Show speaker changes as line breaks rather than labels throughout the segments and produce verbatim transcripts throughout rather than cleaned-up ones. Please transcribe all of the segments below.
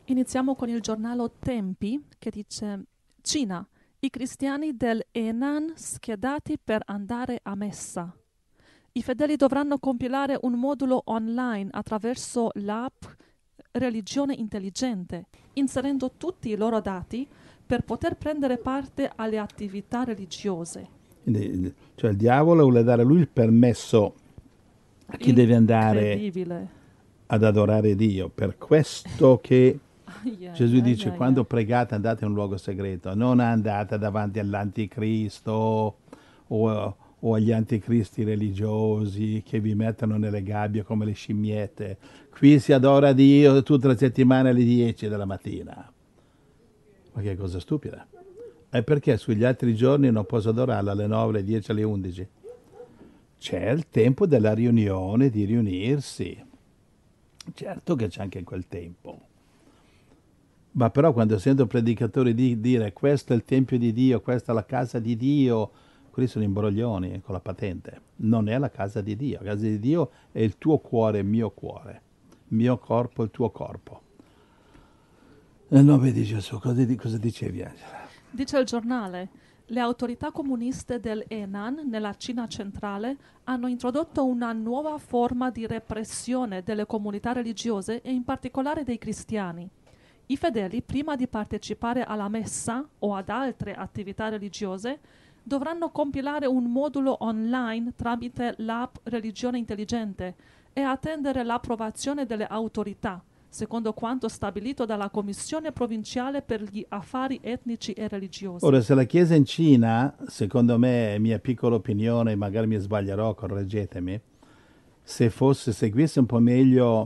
Iniziamo con il giornale Tempi che dice: Cina, i cristiani del Henan schedati per andare a messa. I fedeli dovranno compilare un modulo online attraverso l'app Religione Intelligente, inserendo tutti i loro dati per poter prendere parte alle attività religiose.
Quindi, cioè il diavolo vuole dare a lui il permesso a chi deve andare
Incredibile.
ad adorare Dio. Per questo che
Ai, ai,
Gesù
ai,
dice:
ai,
quando
ai.
pregate andate in un luogo segreto, non andate davanti all'anticristo o, o agli anticristi religiosi che vi mettono nelle gabbie come le scimmiette. Qui si adora Dio tutte le settimane alle dieci della mattina. Ma che cosa stupida. E perché sugli altri giorni non posso adorarla alle nove, alle dieci, alle undici? C'è il tempo della riunione, di riunirsi. Certo che c'è anche quel tempo. Ma però quando sento predicatori di dire questo è il tempio di Dio, questa è la casa di Dio, quelli sono imbroglioni con la patente. Non è la casa di Dio. La casa di Dio è il tuo cuore, il mio cuore. Il mio corpo, il tuo corpo. Nel nome di Gesù, cosa, di, cosa dicevi, Angela?
Dice il giornale: le autorità comuniste del Henan, nella Cina centrale, hanno introdotto una nuova forma di repressione delle comunità religiose e in particolare dei cristiani. I fedeli, prima di partecipare alla messa o ad altre attività religiose, dovranno compilare un modulo online tramite l'app Religione Intelligente e attendere l'approvazione delle autorità, secondo quanto stabilito dalla Commissione provinciale per gli affari etnici e religiosi.
Ora, se la Chiesa in Cina, secondo me, mia piccola opinione, magari mi sbaglierò, correggetemi, se fosse, seguisse un po' meglio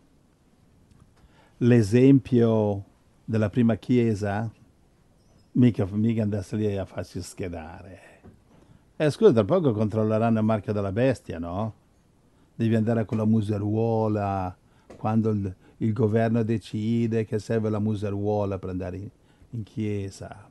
l'esempio della prima Chiesa, mica, mica andasse lì a farsi schedare. Eh, scusa, tra poco controlleranno il marchio della bestia, no? Devi andare con la museruola, quando il, il governo decide che serve la museruola per andare in, in chiesa.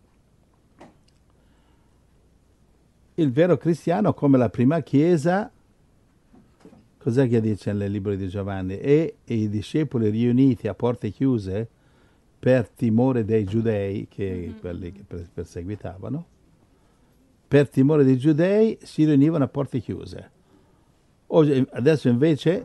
Il vero cristiano, come la prima chiesa, cos'è che dice nel libro di Giovanni? E, e i discepoli riuniti a porte chiuse per timore dei giudei, che mm-hmm. quelli che perseguitavano, per timore dei giudei si riunivano a porte chiuse. Oggi, adesso invece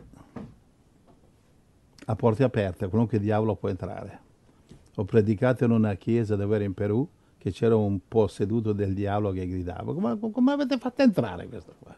a porte aperte, qualunque diavolo può entrare. Ho predicato in una chiesa dove ero in Perù, che c'era un posseduto del diavolo che gridava: come, come avete fatto entrare questo qua?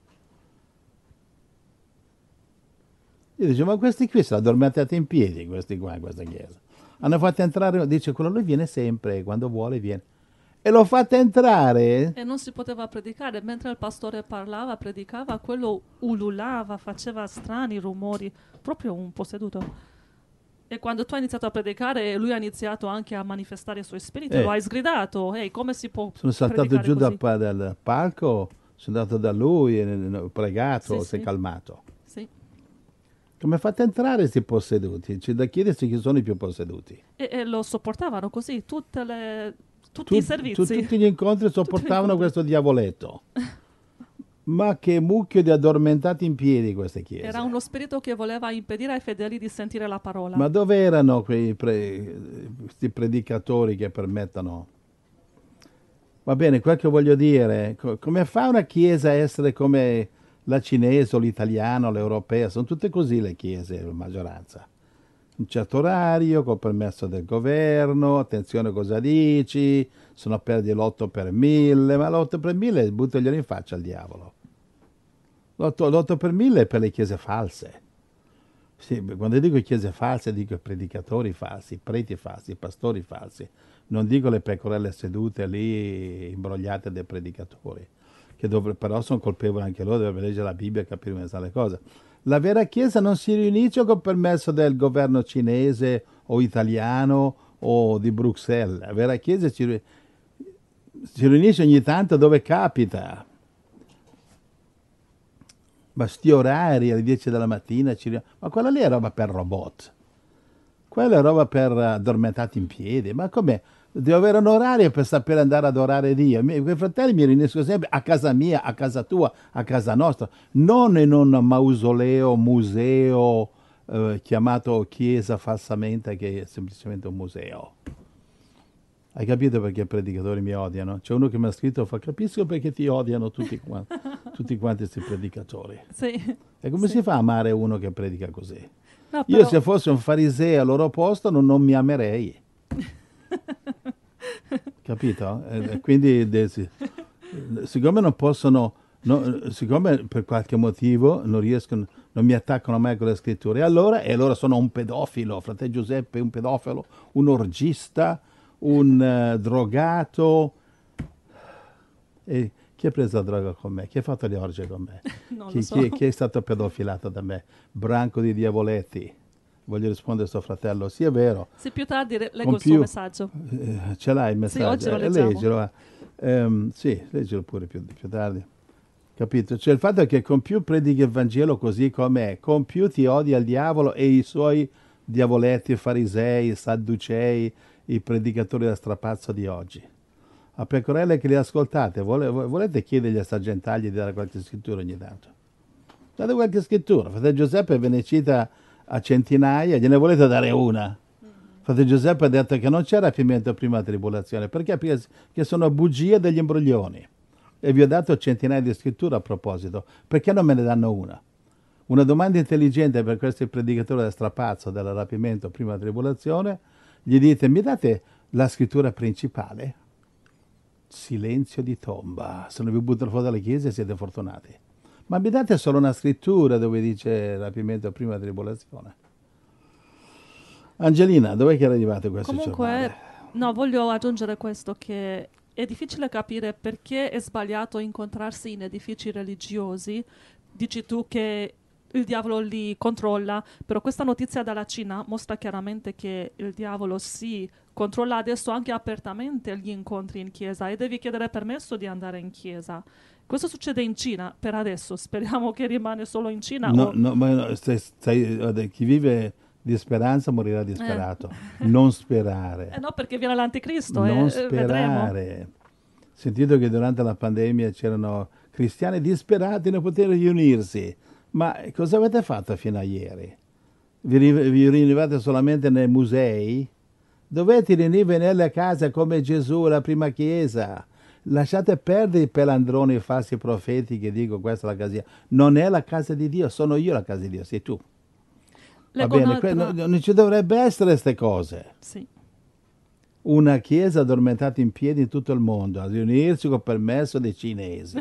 Io dicevo: ma questi qui sono addormentati in piedi, questi qua in questa chiesa. Hanno fatto entrare, dice, quello lui viene sempre, quando vuole viene. E l'ho fatta entrare.
E non si poteva predicare, mentre il pastore parlava, predicava, quello ululava, faceva strani rumori, proprio un posseduto. E quando tu hai iniziato a predicare, lui ha iniziato anche a manifestare i suoi spiriti,
Eh.
lo hai sgridato. Ehi, come si può
Sono saltato giù
dal,
dal palco, sono andato da lui, ho pregato,
sì,
si è
sì.
calmato.
Sì.
Come fate a entrare questi posseduti? C'è da chiedersi chi sono i più posseduti.
E, e lo sopportavano così, tutte le, tutti
tu,
i servizi.
Tu, tutti gli incontri sopportavano questo diavoletto. Ma che mucchio di addormentati in piedi queste chiese.
Era uno spirito che voleva impedire ai fedeli di sentire la parola.
Ma dove erano quei pre, questi predicatori che permettono? Va bene, quel che voglio dire, come fa una chiesa a essere come la cinese o l'italiana o l'europea? Sono tutte così le chiese, la maggioranza. Un certo orario, col permesso del governo, attenzione cosa dici, sono perdi l'otto per mille, ma l'otto per mille buttaglielo in faccia al diavolo. L'otto per mille è per le chiese false. Sì, quando dico chiese false dico predicatori falsi, preti falsi, pastori falsi. Non dico le pecorelle sedute lì imbrogliate dai predicatori, che dovre, però sono colpevoli anche loro, dovrebbero leggere la Bibbia e capire come sta le cose. La vera chiesa non si riunisce con permesso del governo cinese o italiano o di Bruxelles. La vera chiesa si, si riunisce ogni tanto dove capita. Ma sti orari alle dieci della mattina, ci... ma quella lì è roba per robot. Quella è roba per addormentati in piedi. Ma com'è? Devo avere un orario per sapere andare ad adorare Dio. I miei fratelli mi riuniscono sempre a casa mia, a casa tua, a casa nostra, non in un mausoleo, museo eh, chiamato chiesa falsamente, che è semplicemente un museo. Hai capito perché i predicatori mi odiano? C'è uno che mi ha scritto, fa, capisco perché ti odiano tutti quanti, tutti quanti questi predicatori.
Sì,
E come
sì.
si fa a amare uno che predica così?
No,
Io
però...
se fossi un fariseo al loro posto non, non mi amerei. Capito? E quindi de, si, siccome non possono, no, siccome per qualche motivo non riescono, non mi attaccano mai con le scritture, e allora, e allora sono un pedofilo, fratello Giuseppe è un pedofilo, un orgista, un uh, drogato. E chi ha preso la droga con me? Chi ha fatto le orge con me?
Non
Chi,
lo so.
chi, chi è stato pedofilato da me? Branco di diavoletti. Voglio rispondere a suo fratello, sì è vero.
Sì, più tardi re- leggo
Con
il suo
più,
messaggio.
eh, ce l'hai il
Sì,
messaggio?
oggi lo
Eh,
leggiamo.
leggilo, va. Ehm, sì, leggilo pure più, più tardi. Capito? Cioè il fatto è che con più predichi il Vangelo così com'è, con più ti odia il diavolo e i suoi diavoletti, farisei, sadducei, i predicatori da strapazzo di oggi. A pecorelle che li ascoltate, vole- volete chiedergli a sta gentaglia di dare qualche scrittura ogni tanto? Date qualche scrittura. Fratello Giuseppe ve ne cita a centinaia, gliene volete dare una? Fratello Giuseppe ha detto che non c'è rapimento prima della tribolazione, perché? Perché sono bugie degli imbroglioni. E vi ho dato centinaia di scritture a proposito. Perché non me ne danno una? Una domanda intelligente per questi predicatori da strapazzo del rapimento prima della tribolazione, gli dite, mi date la scrittura principale? Silenzio di tomba. Se non vi buttano fuori dalle chiese siete fortunati. Ma mi date solo una scrittura dove dice rapimento prima della tribolazione? Angelina, dov'è che era arrivato questo
Comunque,
giornale?
no, voglio aggiungere questo, che è difficile capire perché è sbagliato incontrarsi in edifici religiosi. Dici tu che il diavolo li controlla, però questa notizia dalla Cina mostra chiaramente che il diavolo si controlla adesso anche apertamente gli incontri in chiesa e devi chiedere permesso di andare in chiesa. Questo succede in Cina per adesso, speriamo che rimane solo in Cina.
No,
o...
no, ma no, stai- stai- chi vive di speranza morirà disperato. Non sperare.
Eh no, perché viene l'anticristo,
Non
eh, vedremo.
sperare. Sentito che durante la pandemia c'erano cristiani disperati, non potevano riunirsi. Ma cosa avete fatto fino a ieri? Vi, ri- vi riunivate solamente nei musei? Dovete riunirvi nelle case come Gesù, la prima chiesa. Lasciate perdere i pelandroni, i falsi profeti che dicono questa è la casa di Dio. Non è la casa di Dio, sono io la casa di Dio, sei tu. Va
Leggo
bene, que-
un'altra...
non non ci dovrebbe essere queste cose.
Sì.
Una chiesa addormentata in piedi in tutto il mondo, a riunirsi con permesso dei cinesi.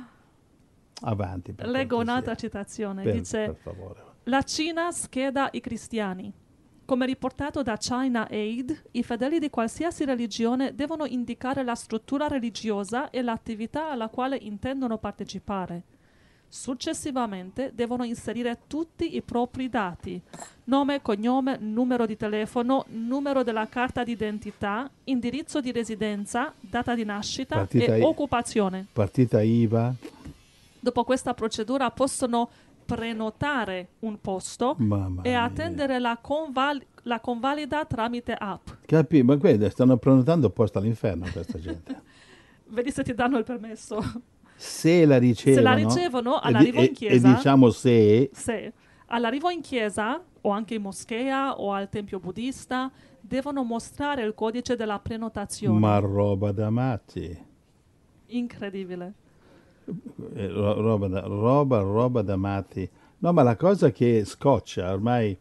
Avanti, per
Leggo
cortesia.
un'altra citazione.
Per,
Dice:
per favore.
la Cina scheda i cristiani. Come riportato da China Aid, i fedeli di qualsiasi religione devono indicare la struttura religiosa e l'attività alla quale intendono partecipare. Successivamente devono inserire tutti i propri dati: nome, cognome, numero di telefono, numero della carta d'identità, indirizzo di residenza, data di nascita
Partita
e
I-
occupazione.
Partita I V A.
Dopo questa procedura possono prenotare un posto
Mamma
e
mia.
attendere la, conval- la convalida tramite app.
Capì? Ma quelli stanno prenotando posto all'inferno questa gente.
Vedi se ti danno il permesso.
Se la ricevono,
Se la ricevono,
e,
all'arrivo
di-
in
e-
chiesa-
e diciamo se,
Se all'arrivo in chiesa o anche in moschea o al tempio buddista devono mostrare il codice della prenotazione.
ma roba da matti.
Incredibile.
Eh, ro- roba, da, roba, roba da matti. No, ma la cosa che scoccia, ormai,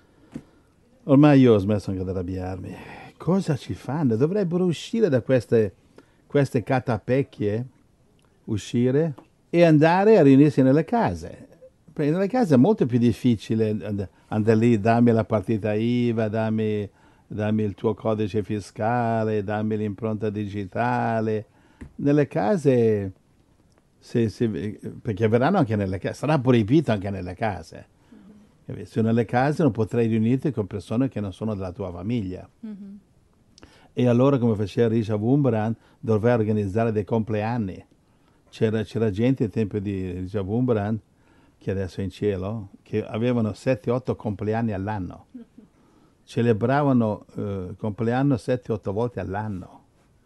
ormai io ho smesso anche di arrabbiarmi. Cosa ci fanno? Dovrebbero uscire da queste, queste catapecchie, uscire e andare a riunirsi nelle case. Perché nelle case è molto più difficile and- andare lì, dammi la partita I V A, dammi, dammi il tuo codice fiscale, dammi l'impronta digitale. Nelle case, se- se- perché verranno anche nelle case, sarà proibito anche nelle case. Se nelle case non potrai riunirti con persone che non sono della tua famiglia.
Mhm.
E allora, come faceva Richard Wurmbrand, doveva organizzare dei compleanni. C'era, c'era gente al tempo di Richard Wurmbrand, che adesso è in cielo, che avevano sette otto compleanni all'anno. Celebravano eh, il compleanno sette otto volte all'anno.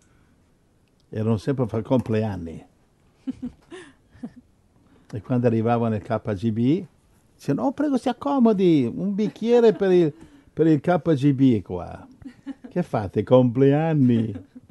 Erano sempre a fare compleanni. E quando arrivavano il K G B, Dice, no, prego, si accomodi, un bicchiere per il, per il K G B qua. Che fate, compleanni?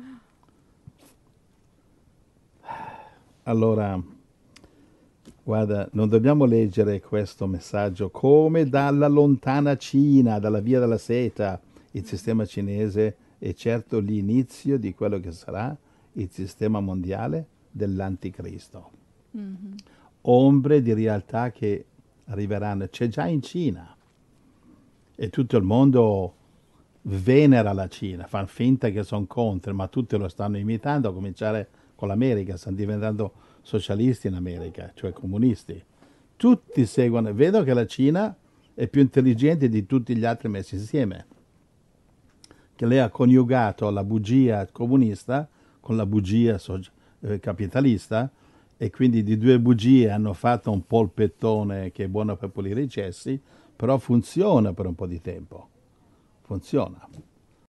Allora, guarda, non dobbiamo leggere questo messaggio come dalla lontana Cina, dalla via della seta. Il sistema cinese è certo l'inizio di quello che sarà il sistema mondiale dell'anticristo.
Mhm.
Ombre di realtà che arriveranno. C'è già in Cina e tutto il mondo venera la Cina, fanno finta che sono contro, ma tutti lo stanno imitando, a cominciare con l'America, stanno diventando socialisti in America, cioè comunisti. Tutti seguono, vedo che la Cina è più intelligente di tutti gli altri messi insieme, che lei ha coniugato la bugia comunista con la bugia so- eh, capitalista, e quindi di due bugie hanno fatto un polpettone che è buono per pulire i cessi, però funziona per un po' di tempo. Funziona.